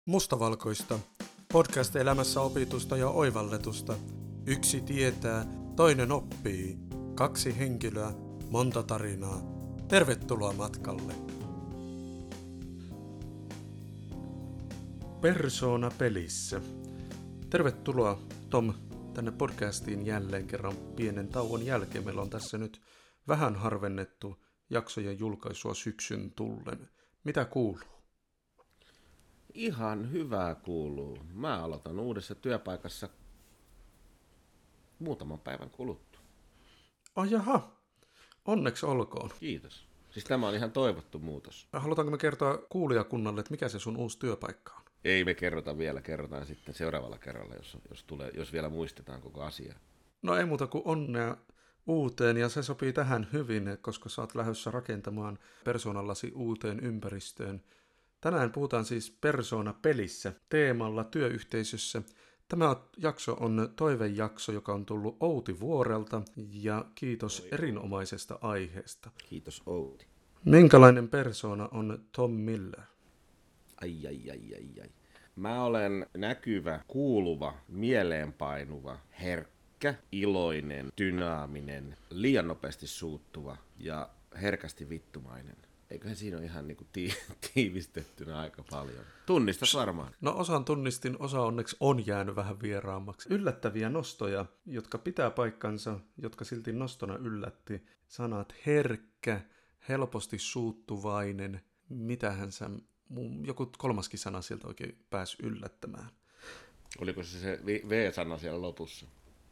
Mustavalkoista. Podcast elämässä opitusta ja oivalletusta. Yksi tietää, toinen oppii. Kaksi henkilöä, monta tarinaa. Tervetuloa matkalle. Persona pelissä. Tervetuloa Tom tänne podcastiin jälleen kerran pienen tauon jälkeen. Meillä on tässä nyt vähän harvennettu jaksojen julkaisua syksyn tullen. Mitä kuuluu? Ihan hyvää kuuluu. Mä aloitan uudessa työpaikassa muutaman päivän kuluttua. Jaha, onneksi olkoon. Kiitos. Siis tämä on ihan toivottu muutos. Halutaanko me kertoa kuulijakunnalle, että mikä se sun uusi työpaikka on? Ei me kerrota vielä, kerrotaan sitten seuraavalla kerralla, jos vielä muistetaan koko asia. No ei muuta kuin onnea uuteen, ja se sopii tähän hyvin, koska sä oot lähdössä rakentamaan persoonallasi uuteen ympäristöön. Tänään puhutaan siis Persona-pelissä teemalla työyhteisössä. Tämä jakso on toivejakso, joka on tullut Outi Vuorelta, ja kiitos erinomaisesta aiheesta. Kiitos Outi. Minkälainen persona on Tom Miller? Ai. Mä olen näkyvä, kuuluva, mieleenpainuva, herkkä, iloinen, dynaaminen, liian nopeasti suuttuva ja herkästi vittumainen. Eiköhän siinä ole ihan niinku tiivistettynä aika paljon. Tunnistat varmaan. No osan tunnistin, osa onneksi on jäänyt vähän vieraammaksi. Yllättäviä nostoja, jotka pitää paikkansa, jotka silti nostona yllätti. Sanat herkkä, helposti suuttuvainen. Mitähän sä, joku kolmaskin sana sieltä oikein pääsi yllättämään. Oliko se V-sana siellä lopussa?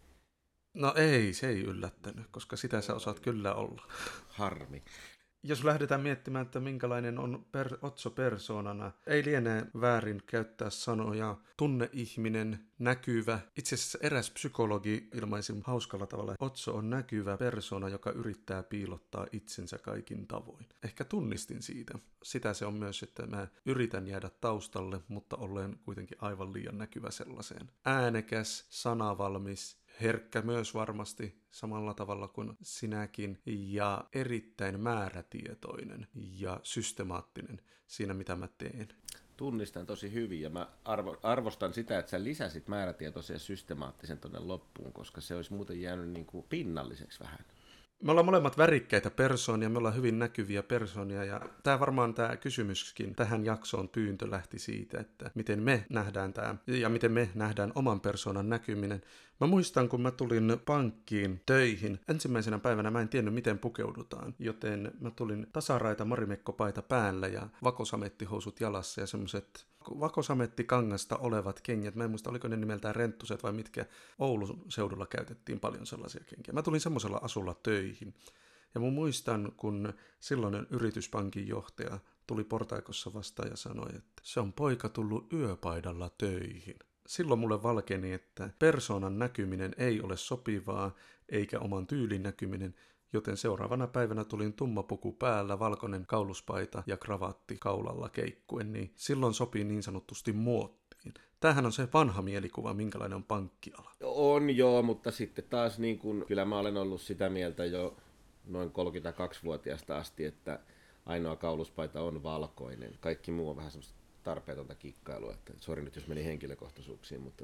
No ei, se ei yllättänyt, koska sitä sä osaat kyllä olla. Harmi. Jos lähdetään miettimään, että minkälainen on Otso persoonana, ei liene väärin käyttää sanoja tunneihminen, näkyvä. Itse asiassa eräs psykologi ilmaisi hauskalla tavalla, että Otso on näkyvä persoona, joka yrittää piilottaa itsensä kaikin tavoin. Ehkä tunnistin siitä. Sitä se on myös, että mä yritän jäädä taustalle, mutta olen kuitenkin aivan liian näkyvä sellaiseen. Äänekäs, sanavalmis, herkkä myös varmasti samalla tavalla kuin sinäkin ja erittäin määrätietoinen ja systemaattinen siinä, mitä mä teen. Tunnistan tosi hyvin ja mä arvostan sitä, että sä lisäsit määrätietoisen ja systemaattisen tonne loppuun, koska se olisi muuten jäänyt niin kuin pinnalliseksi vähän. Me ollaan molemmat värikkäitä persoonia, me ollaan hyvin näkyviä persoonia ja tämä kysymyskin tähän jaksoon pyyntö lähti siitä, että miten me nähdään tämä ja miten me nähdään oman persoonan näkyminen. Mä muistan, kun mä tulin pankkiin töihin, ensimmäisenä päivänä mä en tiennyt miten pukeudutaan, joten mä tulin tasaraita marimekkopaita päällä ja vakosamettihousut jalassa ja semmoiset vakosamettikangasta olevat kengät. Mä en muista, oliko ne nimeltään renttuset vai mitkä. Oulun seudulla käytettiin paljon sellaisia kenkiä. Mä tulin semmoisella asulla töihin. Ja mä muistan, kun silloinen yrityspankin johtaja tuli portaikossa vastaan ja sanoi, että se on poika tullut yöpaidalla töihin. Silloin mulle valkeni, että persoonan näkyminen ei ole sopivaa, eikä oman tyylin näkyminen, joten seuraavana päivänä tulin tumma puku päällä, valkoinen kauluspaita ja kravatti kaulalla keikkuen, niin silloin sopii niin sanotusti muottiin. Tämähän on se vanha mielikuva, minkälainen on pankkiala. On joo, mutta sitten taas niin kun, kyllä mä olen ollut sitä mieltä jo noin 32-vuotiaasta asti, että ainoa kauluspaita on valkoinen. Kaikki muu on vähän semmoista tarpeetonta kikkailua, että sori nyt jos meni henkilökohtaisuuksiin, mutta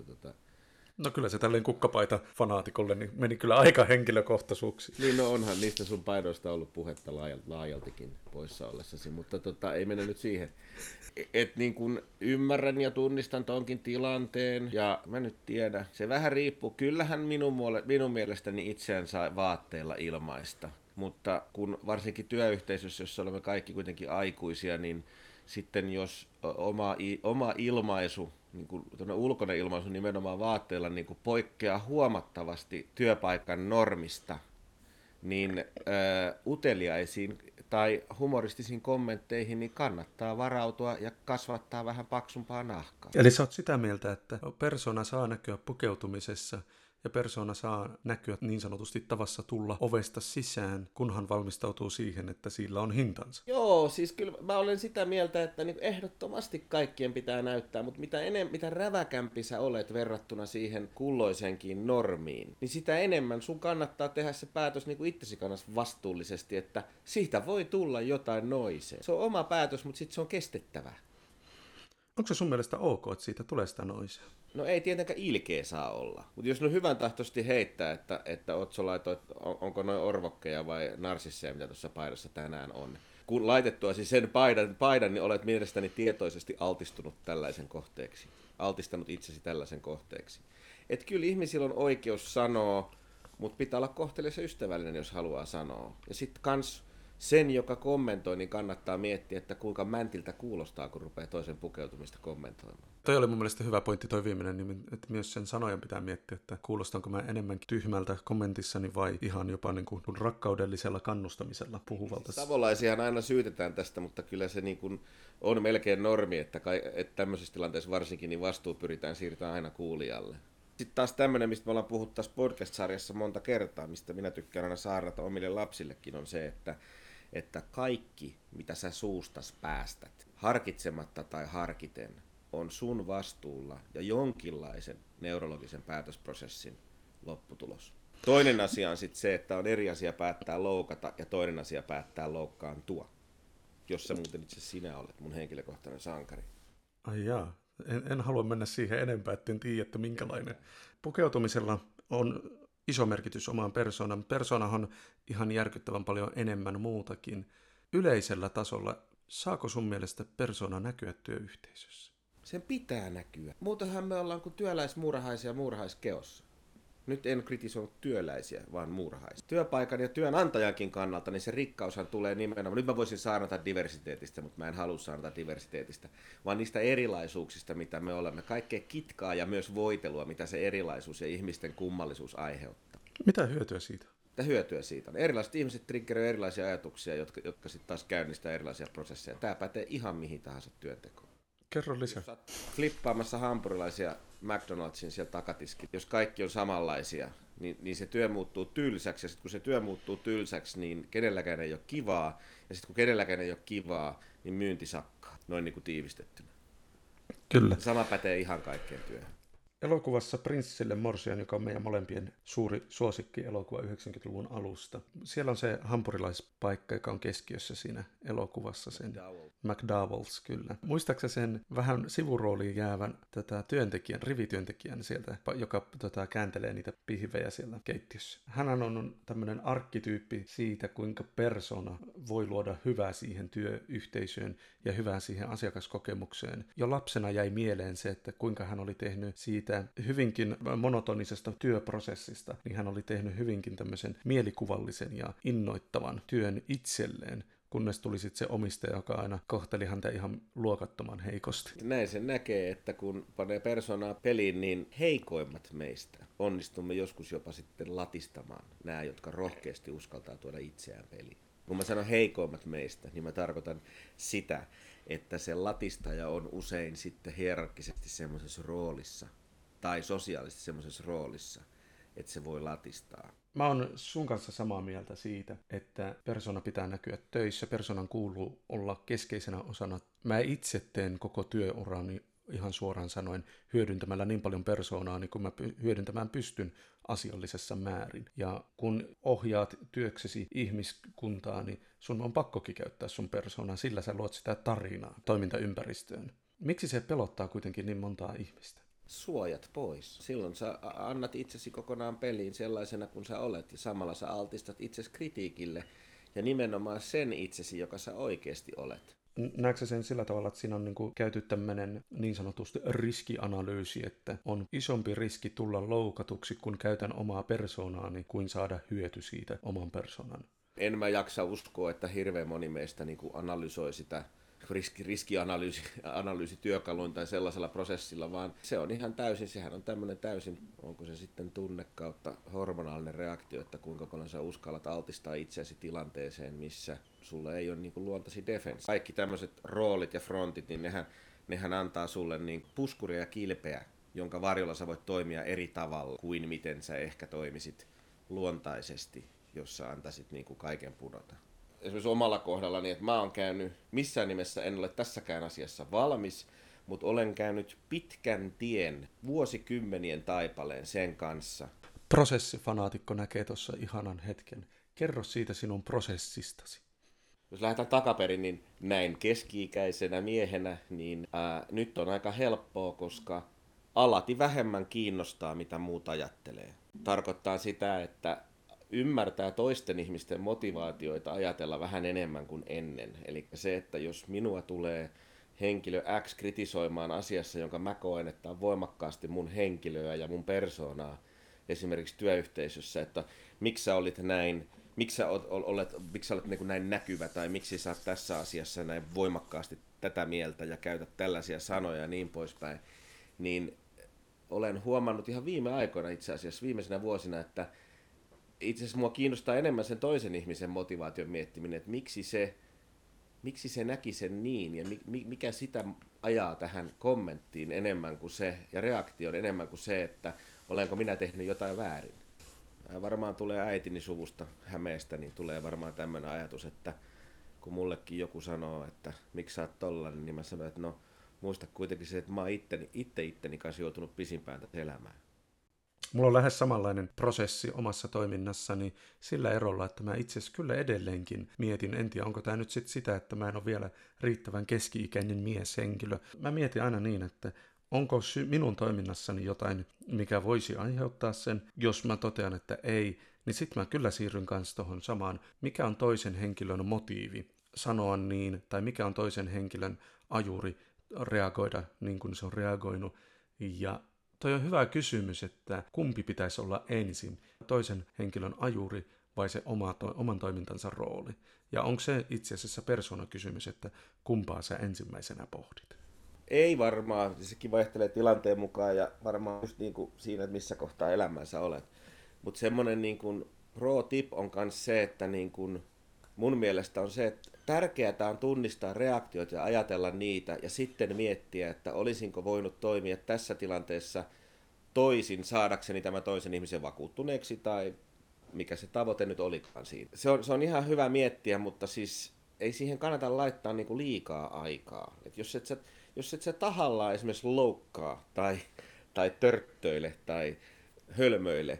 No kyllä se tälleen kukkapaita fanaatikolle niin meni kyllä aika henkilökohtaisuuksiin. Niin no onhan niistä sun paidoista ollut puhetta laajaltikin poissa ollessasi, mutta ei mennä nyt siihen. Et niin kun ymmärrän ja tunnistan tonkin tilanteen ja mä nyt tiedän, se vähän riippuu. Kyllähän minun mielestäni itseään saa vaatteilla ilmaista, mutta kun varsinkin työyhteisössä, jossa olemme kaikki kuitenkin aikuisia, niin sitten jos oma ilmaisu, niin kuin ulkoinen ilmaisu nimenomaan vaatteilla niin kuin poikkeaa huomattavasti työpaikan normista, niin uteliaisiin tai humoristisiin kommentteihin niin kannattaa varautua ja kasvattaa vähän paksumpaa nahkaa. Eli sä oot sitä mieltä, että persona saa näkyä pukeutumisessa ja persoona saa näkyä niin sanotusti tavassa tulla ovesta sisään, kunhan valmistautuu siihen, että sillä on hintansa. Joo, siis kyllä mä olen sitä mieltä, että niin ehdottomasti kaikkien pitää näyttää, mutta mitä räväkämpi sä olet verrattuna siihen kulloisenkin normiin, niin sitä enemmän sun kannattaa tehdä se päätös niin kuin itsesi kannassa vastuullisesti, että siitä voi tulla jotain noisea. Se on oma päätös, mutta sitten se on kestettävä. Onko se sun mielestä ok, että siitä tulee sitä noisia? No ei tietenkään ilkeä saa olla, mutta jos ne hyvän tahtoisesti heittää, että Otso laitoi, onko noin orvokkeja vai narsisseja, mitä tuossa paidassa tänään on. Kun laitettuasi sen paidan, niin olet mielestäni tietoisesti altistunut tällaisen kohteeksi. Altistanut itsesi tällaisen kohteeksi. Että kyllä ihmisillä on oikeus sanoa, mutta pitää olla kohtelias ja ystävällinen, jos haluaa sanoa. Ja sitten kans sen, joka kommentoi, niin kannattaa miettiä, että kuinka mäntiltä kuulostaa, kun rupeaa toisen pukeutumista kommentoimaan. Toi oli mun mielestä hyvä pointti toi viimeinen, niin että myös sen sanojan pitää miettiä, että kuulostanko mä enemmänkin tyhmältä kommentissani vai ihan jopa niin kuin rakkaudellisella kannustamisella puhuvalta. Savolaisiahan aina syytetään tästä, mutta kyllä se niin kuin on melkein normi, että tämmöisessä tilanteessa varsinkin niin vastuu pyritään siirtämään aina kuulijalle. Sitten taas tämmöinen, mistä me ollaan puhuttu tässä podcast-sarjassa monta kertaa, mistä minä tykkään aina saarnata omille lapsillekin, on se, että kaikki, mitä sä suustas päästät, harkitsematta tai harkiten, on sun vastuulla ja jonkinlaisen neurologisen päätösprosessin lopputulos. Toinen asia on sitten se, että on eri asia päättää loukata ja toinen asia päättää loukkaantua. Jos sä muuten itse sinä olet mun henkilökohtainen sankari. Ai jaa, en halua mennä siihen enempää, etten tiedä, että minkälainen. Pukeutumisella on iso merkitys omaan persoonaan. Persoonahan on ihan järkyttävän paljon enemmän muutakin. Yleisellä tasolla, saako sun mielestä persoona näkyä työyhteisössä? Sen pitää näkyä. Muutenhan me ollaan kuin työläismuurahaisia muurahaiskeossa. Nyt en kritisoinut työläisiä, vaan muurahaisia. Työpaikan ja työnantajankin kannalta, niin se rikkaushan tulee nimenomaan. Nyt mä voisin saarnata diversiteetistä, mutta mä en halua saarnata diversiteetistä, vaan niistä erilaisuuksista, mitä me olemme. Kaikkea kitkaa ja myös voitelua, mitä se erilaisuus ja ihmisten kummallisuus aiheuttaa. Mitä hyötyä siitä? Mitä hyötyä siitä on? Erilaiset ihmiset triggeröivät erilaisia ajatuksia, jotka sitten taas käynnistää erilaisia prosesseja. Tämä pätee ihan mihin tahansa työntekoon. Kerro lisää. Jos olet flippaamassa hampurilaisia McDonaldsin siellä takatiski, jos kaikki on samanlaisia, niin se työ muuttuu tylsäksi. Ja sitten kun se työ muuttuu tylsäksi, niin kenelläkään ei ole kivaa. Ja sitten kun kenelläkään ei ole kivaa, niin myynti sakkaa. Noin niin kuin tiivistettynä. Kyllä. Sama pätee ihan kaikkeen työhön. Elokuvassa Prinssille Morsian, joka on meidän molempien suuri suosikki elokuva 90-luvun alusta. Siellä on se hampurilaispaikka, joka on keskiössä siinä elokuvassa, sen McDowell's, kyllä. Muistaaksä sen vähän sivurooliin jäävän rivityöntekijän sieltä, joka kääntelee niitä pihvejä siellä keittiössä. Hänhän on tämmöinen arkkityyppi siitä, kuinka persona voi luoda hyvää siihen työyhteisöön ja hyvää siihen asiakaskokemukseen. Jo lapsena jäi mieleen se, että kuinka hän oli tehnyt siitä hyvinkin monotonisesta työprosessista, niin hän oli tehnyt hyvinkin tämmöisen mielikuvallisen ja innoittavan työn itselleen, kunnes tuli sitten se omistaja, joka aina kohteli häntä ihan luokattoman heikosti. Näin sen näkee, että kun panee persoonaa peliin, niin heikoimmat meistä onnistumme joskus jopa sitten latistamaan nämä, jotka rohkeasti uskaltaa tuoda itseään peliin. Kun mä sanon heikoimmat meistä, niin mä tarkoitan sitä, että se latistaja on usein sitten hierarkkisesti semmoisessa roolissa, tai sosiaalisesti semmoisessa roolissa, että se voi latistaa. Mä oon sun kanssa samaa mieltä siitä, että persona pitää näkyä töissä, persoonan kuuluu olla keskeisenä osana. Mä itse teen koko työurani ihan suoraan sanoen hyödyntämällä niin paljon persoonaa, niin kuin mä hyödyntämään pystyn asiallisessa määrin. Ja kun ohjaat työksesi ihmiskuntaa, niin sun on pakkokin käyttää sun persoonaa, sillä sä luot sitä tarinaa toimintaympäristöön. Miksi se pelottaa kuitenkin niin montaa ihmistä? Suojat pois. Silloin sä annat itsesi kokonaan peliin sellaisena kuin sä olet, ja samalla sä altistat itsesi kritiikille, ja nimenomaan sen itsesi, joka sä oikeasti olet. Näetkö sen sillä tavalla, että siinä on käyty tämmöinen niin sanotusti riskianalyysi, että on isompi riski tulla loukatuksi, kun käytän omaa persoonaani, kuin saada hyöty siitä oman persoonan? En mä jaksa uskoa, että hirveän moni meistä niin kuin analysoi sitä riskianalyysityökaluin tai sellaisella prosessilla, vaan se on ihan täysin, sehän on tämmöinen täysin, onko se sitten tunne kautta hormonaalinen reaktio, että kuinka paljon sä uskallat altistaa itseäsi tilanteeseen, missä sulla ei ole niin kuin luontaisi defense. Kaikki tämmöiset roolit ja frontit, niin nehän antaa sulle niin puskuria ja kilpeä, jonka varjolla sä voit toimia eri tavalla kuin miten sä ehkä toimisit luontaisesti, jos sä antaisit niin kuin kaiken pudota. Esimerkiksi omalla kohdallani, että mä oon käynyt, missään nimessä en ole tässäkään asiassa valmis, mutta olen käynyt pitkän tien, vuosikymmenien taipaleen sen kanssa. Prosessifanaatikko näkee tuossa ihanan hetken. Kerro siitä sinun prosessistasi. jos lähdetään takaperin, niin näin keski-ikäisenä miehenä, niin nyt on aika helppoa, koska alati vähemmän kiinnostaa, mitä muut ajattelee. Tarkoittaa sitä, että ymmärtää toisten ihmisten motivaatioita ajatella vähän enemmän kuin ennen. Eli se, että jos minua tulee henkilö X kritisoimaan asiassa, jonka mä koen, että on voimakkaasti mun henkilöä ja mun persoonaa, esimerkiksi työyhteisössä, että miksi sä olit näin, miksi sä olet niin kuin näin näkyvä tai miksi sä oot tässä asiassa näin voimakkaasti tätä mieltä ja käytät tällaisia sanoja ja niin poispäin, niin olen huomannut ihan viime aikoina itse asiassa, viimeisenä vuosina, että itse asiassa mua kiinnostaa enemmän sen toisen ihmisen motivaation miettiminen, että miksi se näki sen niin ja mikä sitä ajaa tähän kommenttiin enemmän kuin se ja reaktioon enemmän kuin se, että olenko minä tehnyt jotain väärin. Varmaan tulee äitini suvusta Hämeestä, niin tulee varmaan tämmöinen ajatus, että kun mullekin joku sanoo, että miksi sä oot tollainen, niin mä sanon, että no muista kuitenkin se, että mä oon itteni kanssa joutunut pisimpään tätä elämään. Mulla on lähes samanlainen prosessi omassa toiminnassani sillä erolla, että mä itse asiassa kyllä edelleenkin mietin, en tiedä onko tämä nyt sitä, että mä en ole vielä riittävän keski-ikäinen mieshenkilö. Mä mietin aina niin, että onko minun toiminnassani jotain, mikä voisi aiheuttaa sen. Jos mä totean, että ei, niin sitten mä kyllä siirryn kanssa tuohon samaan, mikä on toisen henkilön motiivi sanoa niin, tai mikä on toisen henkilön ajuri reagoida niin kuin se on reagoinut. Ja toi on hyvä kysymys, että kumpi pitäisi olla ensin, toisen henkilön ajuri vai se oman toimintansa rooli. Ja onko se itse asiassa persoonakysymys, että kumpaa sä ensimmäisenä pohdit? Ei varmaan, sekin vaihtelee tilanteen mukaan ja varmaan just niin kuin siinä, että missä kohtaa elämänsä olet. Mutta semmoinen niin kuin pro tip on myös se, että niin kuin mun mielestä on se, että tärkeää on tunnistaa reaktioita ja ajatella niitä ja sitten miettiä, että olisinko voinut toimia tässä tilanteessa toisin saadakseni tämän toisen ihmisen vakuuttuneeksi tai mikä se tavoite nyt olikaan siinä. Se on ihan hyvä miettiä, mutta siis ei siihen kannata laittaa niinku liikaa aikaa. Et jos et sä tahallaan esimerkiksi loukkaa tai törttöile tai hölmöile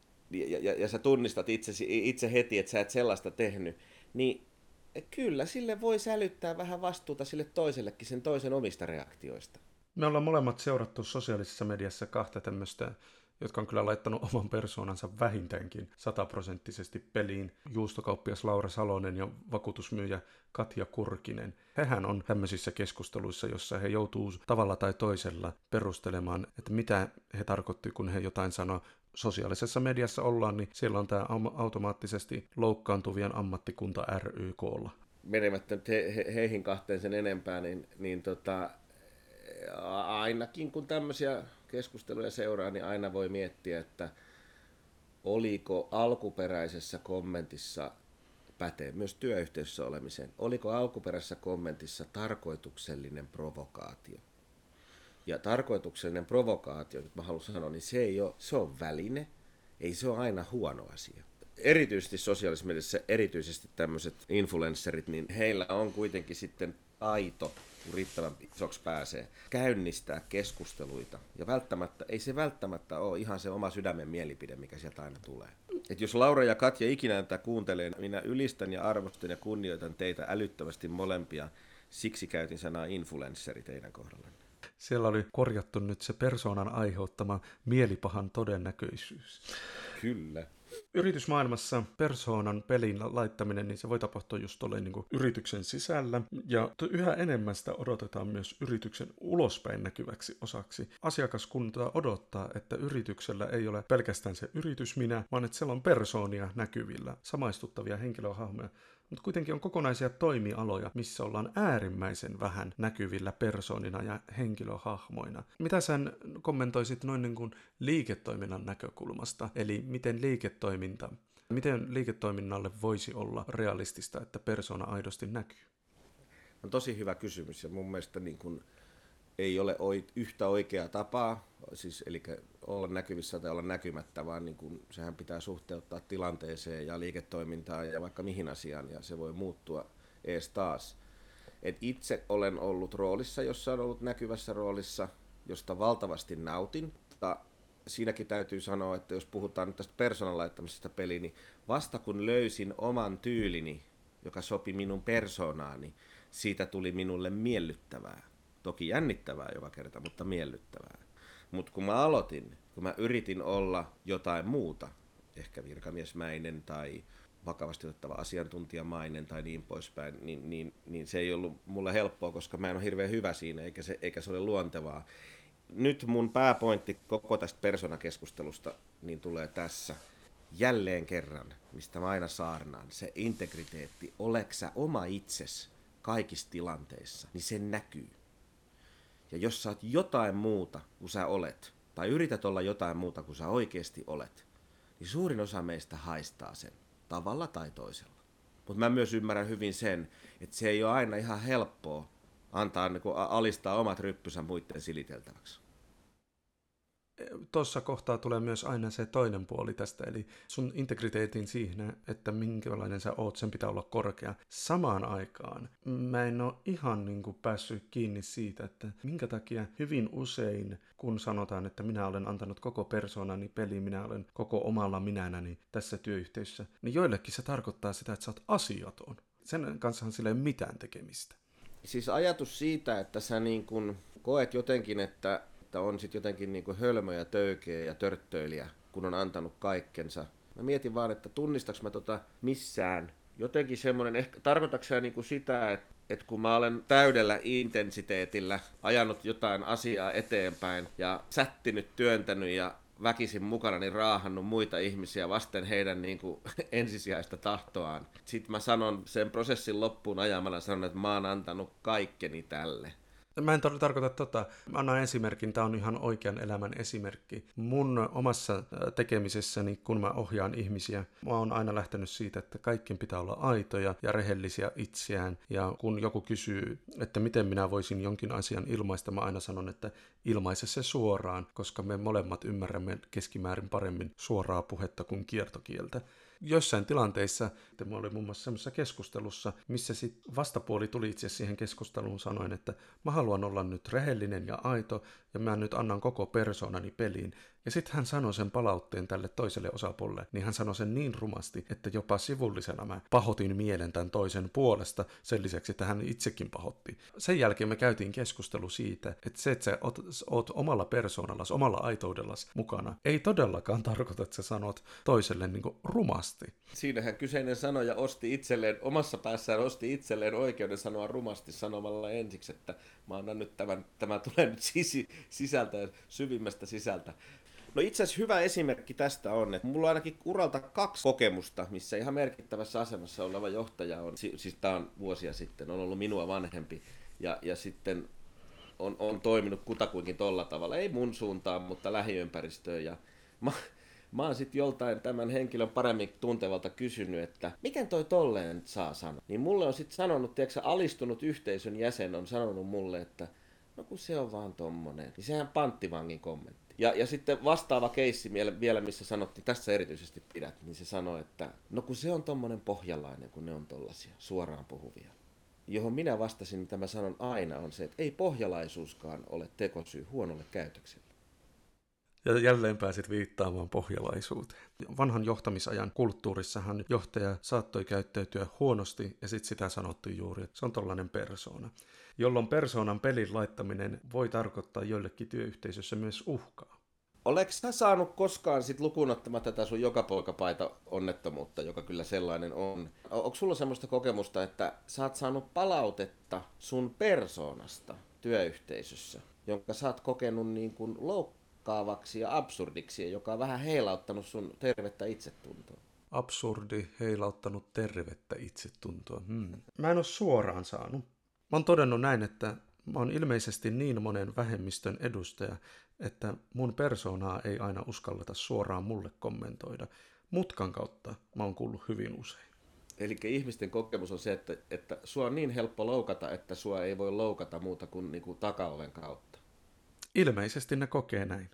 ja sä tunnistat itse heti, että sä et sellaista tehnyt, niin kyllä sille voi sälyttää vähän vastuuta sille toisellekin sen toisen omista reaktioista. Me ollaan molemmat seurattu sosiaalisessa mediassa kahta tämmöistä, jotka on kyllä laittanut oman persoonansa vähintäänkin 100% peliin. Juustokauppias Laura Salonen ja vakuutusmyyjä Katja Kurkinen. Hehän on tämmöisissä keskusteluissa, jossa he joutuu tavalla tai toisella perustelemaan, että mitä he tarkoitti, kun he jotain sanoo. Sosiaalisessa mediassa ollaan, niin siellä on tämä automaattisesti loukkaantuvien ammattikunta ry koolla. Menemättä nyt heihin kahteen sen enempää, niin ainakin kun tämmöisiä keskusteluja seuraa, niin aina voi miettiä, että oliko alkuperäisessä kommentissa, pätee myös työyhteisössä olemiseen, oliko alkuperäisessä kommentissa tarkoituksellinen provokaatio. Ja tarkoituksellinen provokaatio, nyt mä haluan sanoa, niin se on väline, ei se ole aina huono asia. Erityisesti sosiaalisessa mediassa, erityisesti tämmöiset influencerit, niin heillä on kuitenkin sitten aito, kun riittävän isoksi pääsee, käynnistää keskusteluita. Ja ei se välttämättä ole ihan se oma sydämen mielipide, mikä sieltä aina tulee. Et jos Laura ja Katja ikinä tätä kuuntelee, minä ylistän ja arvostan ja kunnioitan teitä älyttömästi molempia. Siksi käytin sanaa influensseri teidän kohdallanne. Siellä oli korjattu nyt se persoonan aiheuttama mielipahan todennäköisyys. Kyllä. Yritysmaailmassa persoonan pelin laittaminen, niin se voi tapahtua just tolleen niin kuin yrityksen sisällä. Ja yhä enemmän sitä odotetaan myös yrityksen ulospäin näkyväksi osaksi. Asiakaskunta odottaa, että yrityksellä ei ole pelkästään se yritysminä, vaan että siellä on persoonia näkyvillä, samaistuttavia henkilöhahmoja. Mutta kuitenkin on kokonaisia toimialoja, missä ollaan äärimmäisen vähän näkyvillä persoonina ja henkilöhahmoina. Mitä sä kommentoisit noin niin kuin liiketoiminnan näkökulmasta? Eli miten liiketoiminnalle voisi olla realistista, että persoona aidosti näkyy? On tosi hyvä kysymys ja mun mielestä niin kuin ei ole yhtä oikeaa tapaa, siis eli olla näkyvissä tai olla näkymättä, vaan niin kuin, sehän pitää suhteuttaa tilanteeseen ja liiketoimintaan ja vaikka mihin asiaan, ja se voi muuttua ees taas. Et itse olen ollut roolissa, jossa on ollut näkyvässä roolissa, josta valtavasti nautin, mutta siinäkin täytyy sanoa, että jos puhutaan nyt tästä persoonan laittamisesta peliin, niin vasta kun löysin oman tyylini joka sopi minun persoonaani, siitä tuli minulle miellyttävää. Toki jännittävää joka kerta, mutta miellyttävää. Mutta kun mä aloitin, kun mä yritin olla jotain muuta, ehkä virkamiesmäinen tai vakavasti otettava asiantuntijamainen tai niin poispäin, niin se ei ollut mulle helppoa, koska mä en ole hirveän hyvä siinä, eikä se ole luontevaa. Nyt mun pääpointti koko tästä persoonakeskustelusta niin tulee tässä. Jälleen kerran, mistä mä aina saarnaan, se integriteetti, oleks sä oma itses kaikissa tilanteissa, niin se näkyy. Ja jos sä oot jotain muuta kuin sä olet, tai yrität olla jotain muuta kuin sä oikeasti olet, niin suurin osa meistä haistaa sen, tavalla tai toisella. Mutta mä myös ymmärrän hyvin sen, että se ei ole aina ihan helppoa antaa alistaa omat ryppysä muiden siliteltäväksi. Tuossa kohtaa tulee myös aina se toinen puoli tästä, eli sun integriteetin siihen, että minkälainen sä oot, sen pitää olla korkea. Samaan aikaan mä en ole ihan päässyt kiinni siitä, että minkä takia hyvin usein, kun sanotaan, että minä olen antanut koko persoonani peliin, minä olen koko omalla minänäni tässä työyhteisössä, niin joillekin se tarkoittaa sitä, että sä oot asiaton. Sen kanssahan sillä ei ole mitään tekemistä. Siis ajatus siitä, että sä koet jotenkin, että on sitten jotenkin hölmö ja töykeä ja törttöilijä, kun on antanut kaikkensa. Mä mietin vaan, että tunnistaks mä missään. Jotenkin semmoinen, ehkä tarkoitatko sä sitä, että kun mä olen täydellä intensiteetillä ajanut jotain asiaa eteenpäin ja sättinyt, työntänyt ja väkisin mukanani raahannut muita ihmisiä vasten heidän ensisijaista tahtoaan. Sitten mä sanon sen prosessin loppuun ajamalla, että mä oon antanut kaikkeni tälle. Mä en tarkoita Mä annan esimerkin, tämä on ihan oikean elämän esimerkki. Mun omassa tekemisessäni, kun mä ohjaan ihmisiä, mä oon aina lähtenyt siitä, että kaikkien pitää olla aitoja ja rehellisiä itseään. Ja kun joku kysyy, että miten minä voisin jonkin asian ilmaista, mä aina sanon, että ilmaise se suoraan, koska me molemmat ymmärrämme keskimäärin paremmin suoraa puhetta kuin kiertokieltä. Jossain tilanteissa, että mä olin muun muassa semmoisessa keskustelussa, missä sitten vastapuoli tuli itse siihen keskusteluun sanoen, että mä haluan olla nyt rehellinen ja aito, ja mä nyt annan koko persoonani peliin. Ja sitten hän sanoi sen palautteen tälle toiselle osapuolelle, niin hän sanoi sen niin rumasti, että jopa sivullisena mä pahoitin mielen tämän toisen puolesta sen lisäksi, että hän itsekin pahoitti. Sen jälkeen me käytiin keskustelu siitä, että se, että sä oot omalla persoonallas, omalla aitoudellasi mukana, ei todellakaan tarkoita, että sä sanot toiselle rumasti. Siinähän kyseinen sanoja omassa päässään osti itselleen oikeuden sanoa rumasti sanomalla ensiksi, että mä annan nyt tämä tulee nyt sisältä, syvimmästä sisältä. No itse asiassa hyvä esimerkki tästä on, että mulla on ainakin uralta 2 kokemusta, missä ihan merkittävässä asemassa oleva johtaja on, siis tämä on vuosia sitten, on ollut minua vanhempi ja sitten on toiminut kutakuinkin tolla tavalla, ei mun suuntaan, mutta lähiympäristöön ja mä oon sitten joltain tämän henkilön paremmin tuntevalta kysynyt, että miten toi tolleen saa sanoa. Niin mulle on sitten sanonut, alistunut yhteisön jäsen on sanonut mulle, että no kun se on vaan tommonen. Niin sehän panttivangin kommentti. Ja sitten vastaava keissi vielä, missä sanottiin, tässä erityisesti pidät, niin se sanoi, että no kun se on tommonen pohjalainen, kun ne on tollasia, suoraan puhuvia. Johon minä vastasin, mitä mä sanon aina, on se, että ei pohjalaisuuskaan ole tekosyy huonolle käytökselle. Ja jälleen pääsit viittaamaan pohjalaisuuteen. Vanhan johtamisajan kulttuurissahan johtaja saattoi käyttäytyä huonosti ja sitten sitä sanottiin juuri, että se on tollainen persoona. Jolloin persoonan pelin laittaminen voi tarkoittaa joillekin työyhteisössä myös uhkaa. Oletko sä saanut koskaan sit lukuun ottamatta tätä sun jokapoikapaita onnettomuutta, joka kyllä sellainen on? Onko sulla semmoista kokemusta, että sä oot saanut palautetta sun persoonasta työyhteisössä, jonka sä oot kokenut loukkaavaksi ja absurdiksi, joka on vähän heilauttanut sun tervettä itsetuntoa? Absurdi, heilauttanut tervettä itsetuntoa. Mä en ole suoraan saanut. Mä oon todennut näin, että mä oon ilmeisesti niin monen vähemmistön edustaja, että mun persoonaa ei aina uskalleta suoraan mulle kommentoida. Mutkan kautta mä oon kuullut hyvin usein. Eli ihmisten kokemus on se, että sua on niin helppo loukata, että sua ei voi loukata muuta kuin takaoven kautta. Ilmeisesti ne kokee näin.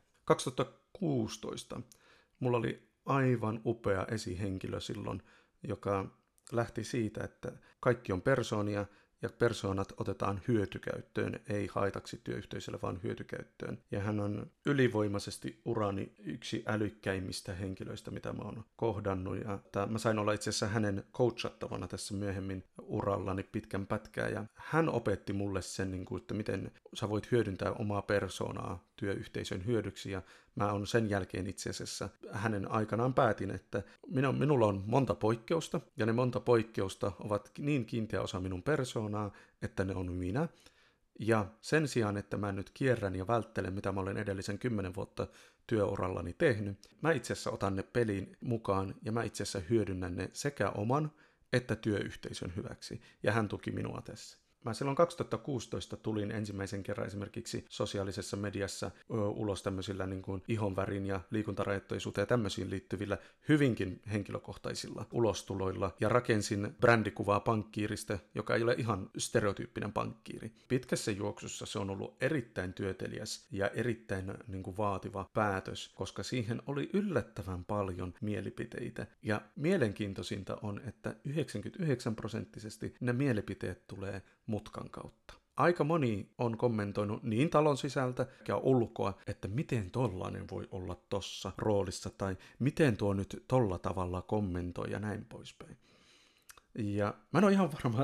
2016 mulla oli aivan upea esihenkilö silloin, joka lähti siitä, että kaikki on persoonia ja persoonat otetaan hyötykäyttöön, ei haitaksi työyhteisölle, vaan hyötykäyttöön. Ja hän on ylivoimaisesti urani yksi älykkäimmistä henkilöistä, mitä mä oon kohdannut. Ja mä sain olla itse asiassa hänen coachattavana tässä myöhemmin urallani pitkän pätkää. Ja hän opetti mulle sen, että miten sä voit hyödyntää omaa persoonaa työyhteisön hyödyksi. Ja mä oon sen jälkeen itse asiassa hänen aikanaan päätin, että minulla on monta poikkeusta, ja ne monta poikkeusta ovat niin kiinteä osa minun persoonaa, että ne on minä. Ja sen sijaan, että mä nyt kierrän ja välttelen, mitä mä olen edellisen 10 vuotta työurallani tehnyt, mä itse asiassa otan ne peliin mukaan, ja mä itse asiassa hyödynnän ne sekä oman että työyhteisön hyväksi. Ja hän tuki minua tässä. Mä silloin 2016 tulin ensimmäisen kerran esimerkiksi sosiaalisessa mediassa ulos tämmöisillä niin kuin ihonvärin ja liikuntarajoitteisuuteen ja tämmöisiin liittyvillä hyvinkin henkilökohtaisilla ulostuloilla ja rakensin brändikuvaa pankkiirista, joka ei ole ihan stereotyyppinen pankkiiri. Pitkässä juoksussa se on ollut erittäin työteliäs ja erittäin niin kuin vaativa päätös, koska siihen oli yllättävän paljon mielipiteitä. Ja mielenkiintoisinta on, että 99% ne mielipiteet tulee mutkan kautta. Aika moni on kommentoinut niin talon sisältä ja ulkoa, että miten tollainen voi olla tossa roolissa tai miten tuo nyt tolla tavalla kommentoi ja näin poispäin. Ja mä en ole ihan varma,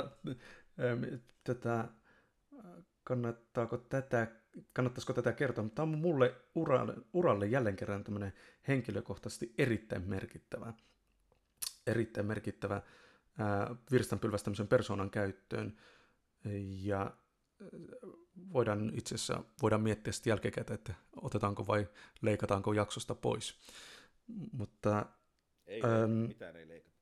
kannattaisiko tätä kertoa, mutta tämä on mulle uralle jälleen kerran tämmöinen henkilökohtaisesti erittäin merkittävä virstanpylväs tämmöisen persoonan käyttöön. Ja voidaan miettiä sitten jälkikäteen, että otetaanko vai leikataanko jaksosta pois. Mutta mitään ei leikata.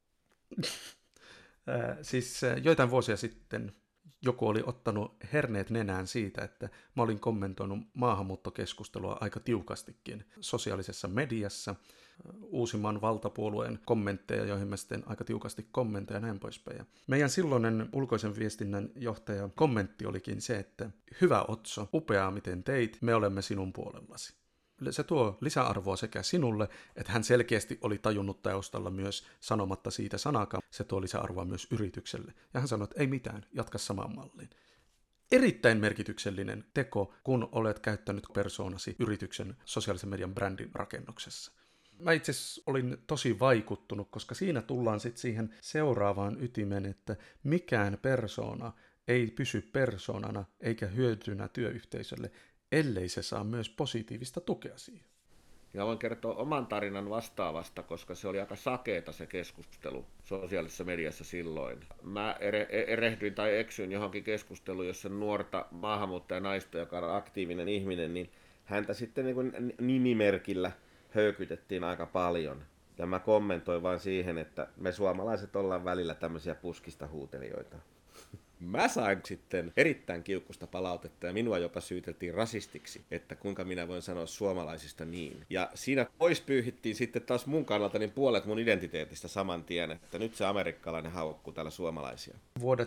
Siis joitain vuosia sitten joku oli ottanut herneet nenään siitä, että mä olin kommentoinut maahanmuuttokeskustelua aika tiukastikin sosiaalisessa mediassa, uusimman valtapuolueen kommentteja, joihin mä sitten aika tiukasti kommentoin ja näin poispäin. Ja meidän silloinen ulkoisen viestinnän johtaja kommentti olikin se, että hyvä Otso, upeaa miten teit, me olemme sinun puolellasi. Se tuo lisäarvoa sekä sinulle, että hän selkeästi oli tajunnut taustalla myös sanomatta siitä sanakaan. Se tuo lisäarvoa myös yritykselle. Ja hän sanoi, että ei mitään, jatka samaan malliin. Erittäin merkityksellinen teko, kun olet käyttänyt persoonasi yrityksen sosiaalisen median brändin rakennuksessa. Mä itse olin tosi vaikuttunut, koska siinä tullaan sitten siihen seuraavaan ytimeen, että mikään persoona ei pysy persoonana eikä hyötynä työyhteisölle, ellei se saa myös positiivista tukea siihen. Ja voin kertoa oman tarinan vastaavasta, koska se oli aika sakeeta se keskustelu sosiaalisessa mediassa silloin. Mä erehdyin tai eksyin johonkin keskusteluun, jossa nuorta maahanmuuttajanaista, joka on aktiivinen ihminen, niin häntä sitten niin kuin nimimerkillä höykytettiin aika paljon. Ja mä kommentoin vain siihen, että me suomalaiset ollaan välillä tämmöisiä puskista huutelijoita. Mä sain sitten erittäin kiukkusta palautetta ja minua jopa syyteltiin rasistiksi, että kuinka minä voin sanoa suomalaisista niin. Ja siinä pois pyyhittiin sitten taas mun kannalta niin puolet mun identiteetistä saman tien, että nyt se amerikkalainen haukkuu täällä suomalaisia. Vuodet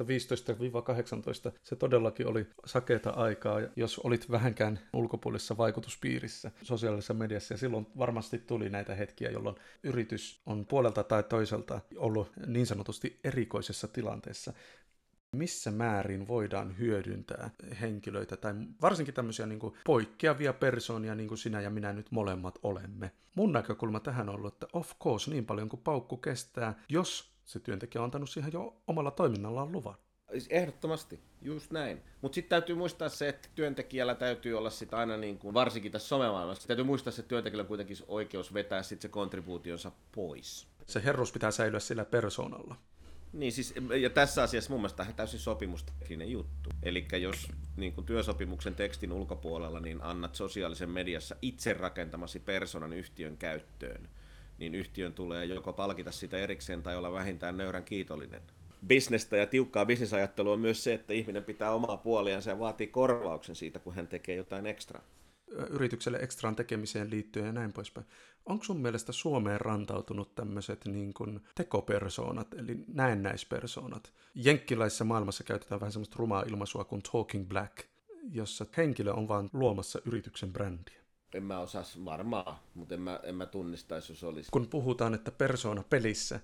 2015-2018 se todellakin oli sakeata aikaa, jos olit vähänkään ulkopuolisessa vaikutuspiirissä sosiaalisessa mediassa, ja silloin varmasti tuli näitä hetkiä, jolloin yritys on puolelta tai toiselta ollut niin sanotusti erikoisessa tilanteessa. Missä määrin voidaan hyödyntää henkilöitä tai varsinkin tämmöisiä niin kuin poikkeavia persoonia, niin kuin sinä ja minä nyt molemmat olemme. Mun näkökulma tähän on ollut, että of course niin paljon kuin paukku kestää, jos se työntekijä on antanut siihen jo omalla toiminnallaan luvan. Ehdottomasti, just näin. Mutta sitten täytyy muistaa se, että työntekijällä täytyy olla sit aina, niin kuin, varsinkin tässä somemaailmassa, täytyy muistaa se, että työntekijällä on kuitenkin oikeus vetää sit se kontribuutionsa pois. Se herruus pitää säilyä sillä persoonalla. Niin siis, ja tässä asiassa mun mielestä täysin sopimustekninen juttu. Eli jos niin kuin työsopimuksen tekstin ulkopuolella niin annat sosiaalisen mediassa itse rakentamasi persoonan yhtiön käyttöön, niin yhtiön tulee joko palkita sitä erikseen tai olla vähintään nöyrän kiitollinen. Bisnestä ja tiukkaa bisnesajattelua on myös se, että ihminen pitää omaa puoliansa ja vaatii korvauksen siitä, kun hän tekee jotain ekstraa. Yritykselle ekstraan tekemiseen liittyen ja näin poispäin. Onko sun mielestä Suomeen rantautunut tämmöiset niin kuin tekopersoonat, eli näennäispersoonat? Jenkkiläisessä maailmassa käytetään vähän semmoista rumaa ilmaisua kuin talking black, jossa henkilö on vaan luomassa yrityksen brändiä. En mä osaa varmaan, mutta en mä tunnistaisi, jos olisi. Kun puhutaan, että persoona pelissä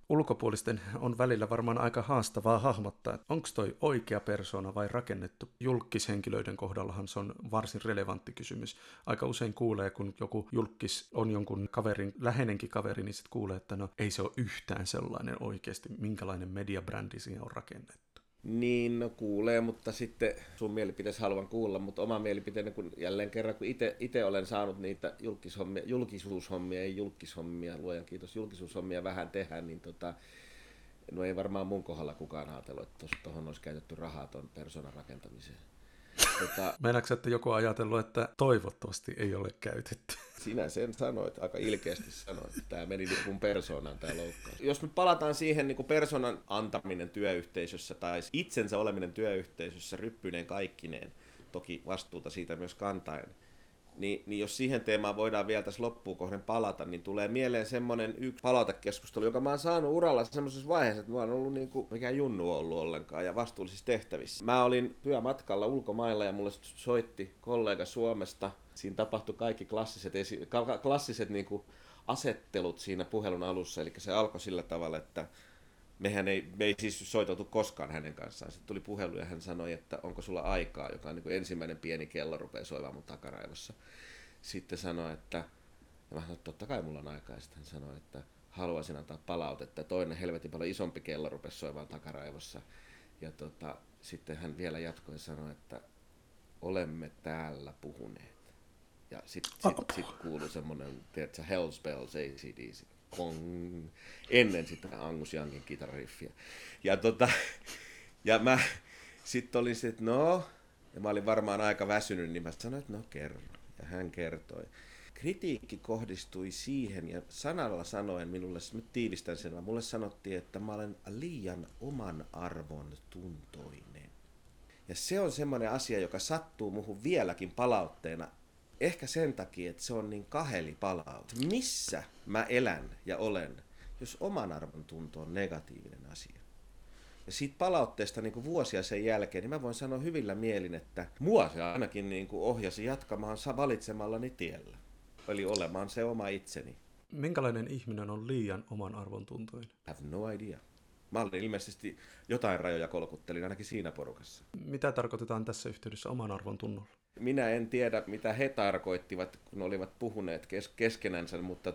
ulkopuolisten on välillä varmaan aika haastavaa hahmottaa, että onko toi oikea persona vai rakennettu. Julkkishenkilöiden kohdallahan se on varsin relevantti kysymys. Aika usein kuulee, kun joku julkkis on jonkun kaverin, läheinenkin kaveri, niin sitten kuulee, että no ei se ole yhtään sellainen oikeasti, minkälainen mediabrändi siihen on rakennettu. Niin, no kuulee, mutta sitten sun mielipiteesi haluan kuulla, mutta oma mielipiteeni, kun jälleen kerran, kun itse olen saanut niitä julkishommia, luojan kiitos, julkisuushommia vähän tehdä, niin no ei varmaan mun kohdalla kukaan ajatellut, että tuohon olisi käytetty rahaa tuon persoonan rakentamiseen. Meinaatko, että joku ajatellut, että toivottavasti ei ole käytetty? Sinä sen sanoit, aika ilkeästi sanoit. Tämä meni mun persoonaan tämä loukkaus. Jos me palataan siihen niin kuin persoonan antaminen työyhteisössä tai itsensä oleminen työyhteisössä ryppyneen kaikkineen, toki vastuuta siitä myös kantaen, niin jos siihen teemaan voidaan vielä tässä loppuun kohden palata, niin tulee mieleen semmoinen yksi palautekeskustelu, joka mä oon saanut uralla semmoisessa vaiheessa, että mä oon ollut niin kuin mikään junnu ollut ollenkaan ja vastuullisissa tehtävissä. Mä olin työmatkalla ulkomailla ja mulle soitti kollega Suomesta. Siinä tapahtui kaikki klassiset niin kuin asettelut siinä puhelun alussa, eli se alkoi sillä tavalla, että me ei siis soiteltu koskaan hänen kanssaan. Sitten tuli puhelu ja hän sanoi, että onko sulla aikaa, joka on niin kuin ensimmäinen pieni kello rupeaa soimaan mun takaraivossa. Sitten sanoi, että ja mä sanoin, että totta kai mulla on aikaa. Ja sitten hän sanoi, että haluaisin antaa palautetta. Toinen helvetin paljon isompi kello rupesi soimaan takaraivossa. Ja sitten hän vielä jatkoi ja sanoi, että olemme täällä puhuneet. Ja sitten kuului semmoinen, tiedätkö, Hell's Bells, AC/DC. Ennen sitä Angus Youngin kitarariffiä. Ja mä sitten olin se, että no, ja mä olin varmaan aika väsynyt, niin mä sanoin, että no kerro. Ja hän kertoi. Kritiikki kohdistui siihen, ja sanalla sanoen minulle, mä tiivistän sen, vaan mulle sanottiin, että mä olen liian oman arvon tuntoinen. Ja se on semmoinen asia, joka sattuu muhun vieläkin palautteena. Ehkä sen takia, että se on niin kahelipalaute. Missä mä elän ja olen, jos oman arvon tunto on negatiivinen asia? Ja siitä palautteesta niin kuin vuosia sen jälkeen, niin mä voin sanoa hyvillä mielin, että mua se ainakin niin kuin ohjasi jatkamaan valitsemallani tiellä. Eli olemaan se oma itseni. Minkälainen ihminen on liian oman arvon tuntoinen? Have no idea. Mä olin ilmeisesti jotain rajoja kolkuttelin ainakin siinä porukassa. Mitä tarkoitetaan tässä yhteydessä oman arvon tunnolla? Minä en tiedä, mitä he tarkoittivat, kun olivat puhuneet keskenänsä, mutta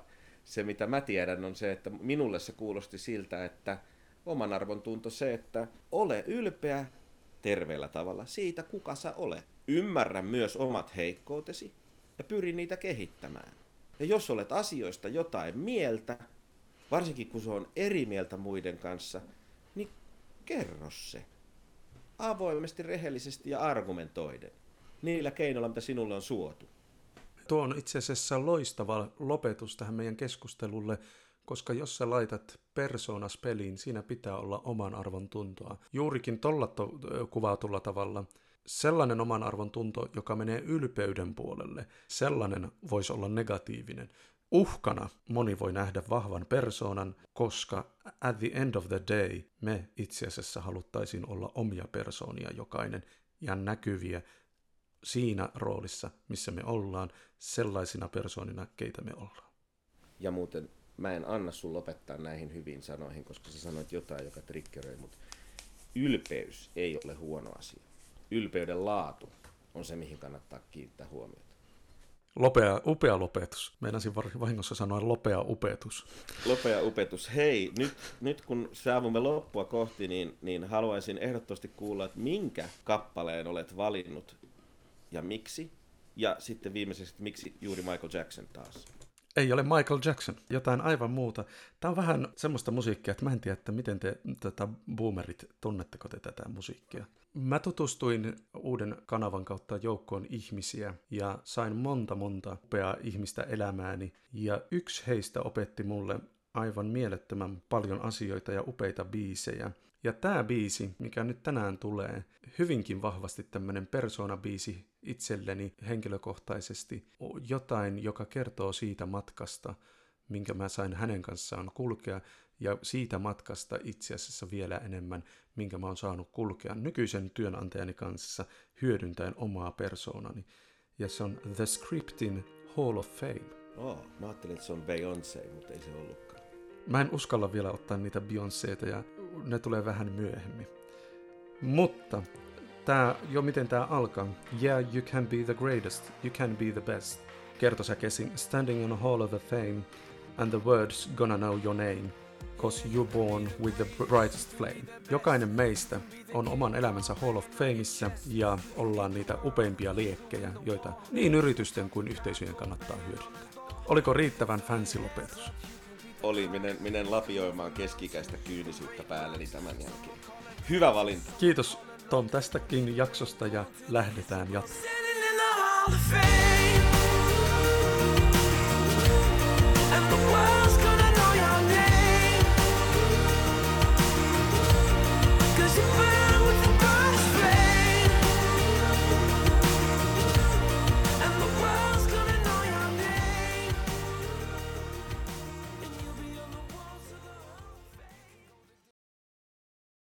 se, mitä mä tiedän, on se, että minulle se kuulosti siltä, että oman arvon tunto se, että ole ylpeä terveellä tavalla siitä, kuka sä olet. Ymmärrä myös omat heikkoutesi ja pyri niitä kehittämään. Ja jos olet asioista jotain mieltä, varsinkin kun se on eri mieltä muiden kanssa, niin kerro se. Avoimesti, rehellisesti ja argumentoiden. Niillä keinoilla, mitä sinulle on suotu. Tuo on itse asiassa loistava lopetus tähän meidän keskustelulle, koska jos sä laitat persoonas peliin, siinä pitää olla oman arvon tuntoa. Juurikin tuolla kuvatulla tavalla sellainen oman arvon tunto, joka menee ylpeyden puolelle, sellainen voisi olla negatiivinen. Uhkana moni voi nähdä vahvan persoonan, koska at the end of the day me itse asiassa haluttaisiin olla omia persoonia jokainen ja näkyviä siinä roolissa, missä me ollaan, sellaisina persoonina, keitä me ollaan. Ja muuten mä en anna sun lopettaa näihin hyviin sanoihin, koska sä sanoit jotain, joka triggeröi, mutta ylpeys ei ole huono asia. Ylpeyden laatu on se, mihin kannattaa kiinnittää huomiota. Upea lopetus. Meinasin vahingossa sanoa lopea upetus. Lopea upetus. Hei, nyt kun saavumme loppua kohti, niin haluaisin ehdottomasti kuulla, että minkä kappaleen olet valinnut ja miksi. Ja sitten viimeiseksi, miksi juuri Michael Jackson taas? Ei ole Michael Jackson, jotain aivan muuta. Tämä on vähän semmoista musiikkia, että mä en tiedä, että miten te boomerit, tunnetteko te tätä musiikkia. Mä tutustuin uuden kanavan kautta joukkoon ihmisiä ja sain monta upeaa ihmistä elämääni. Ja yksi heistä opetti mulle aivan mielettömän paljon asioita ja upeita biisejä. Ja tämä biisi, mikä nyt tänään tulee, hyvinkin vahvasti tämmöinen persoonabiisi itselleni henkilökohtaisesti, jotain, joka kertoo siitä matkasta, minkä mä sain hänen kanssaan kulkea, ja siitä matkasta itse asiassa vielä enemmän, minkä mä oon saanut kulkea nykyisen työnantajani kanssa hyödyntäen omaa persoonani. Ja se on The Scriptin Hall of Fame. Mä ajattelin, että se on Beyoncé, mutta ei se ollutkaan. Mä en uskalla vielä ottaa niitä Beyoncéta ja ne tulee vähän myöhemmin. Mutta miten tää alkaa. Yeah, you can be the greatest, you can be the best. Kertosäkesin standing in a hall of fame and the words gonna know your name. 'Cause you're born with the brightest flame. Jokainen meistä on oman elämänsä Hall of Fameissa ja ollaan niitä upeimpia liekkejä, joita niin yritysten kuin yhteisöjen kannattaa hyödyntää. Oliko riittävän fancy lopetus? Oli, menen lapioimaan keskikäistä kyynisyyttä päälleni tämän jälkeen. Hyvä valinta. Kiitos Tom tästäkin jaksosta ja lähdetään jatkamaan.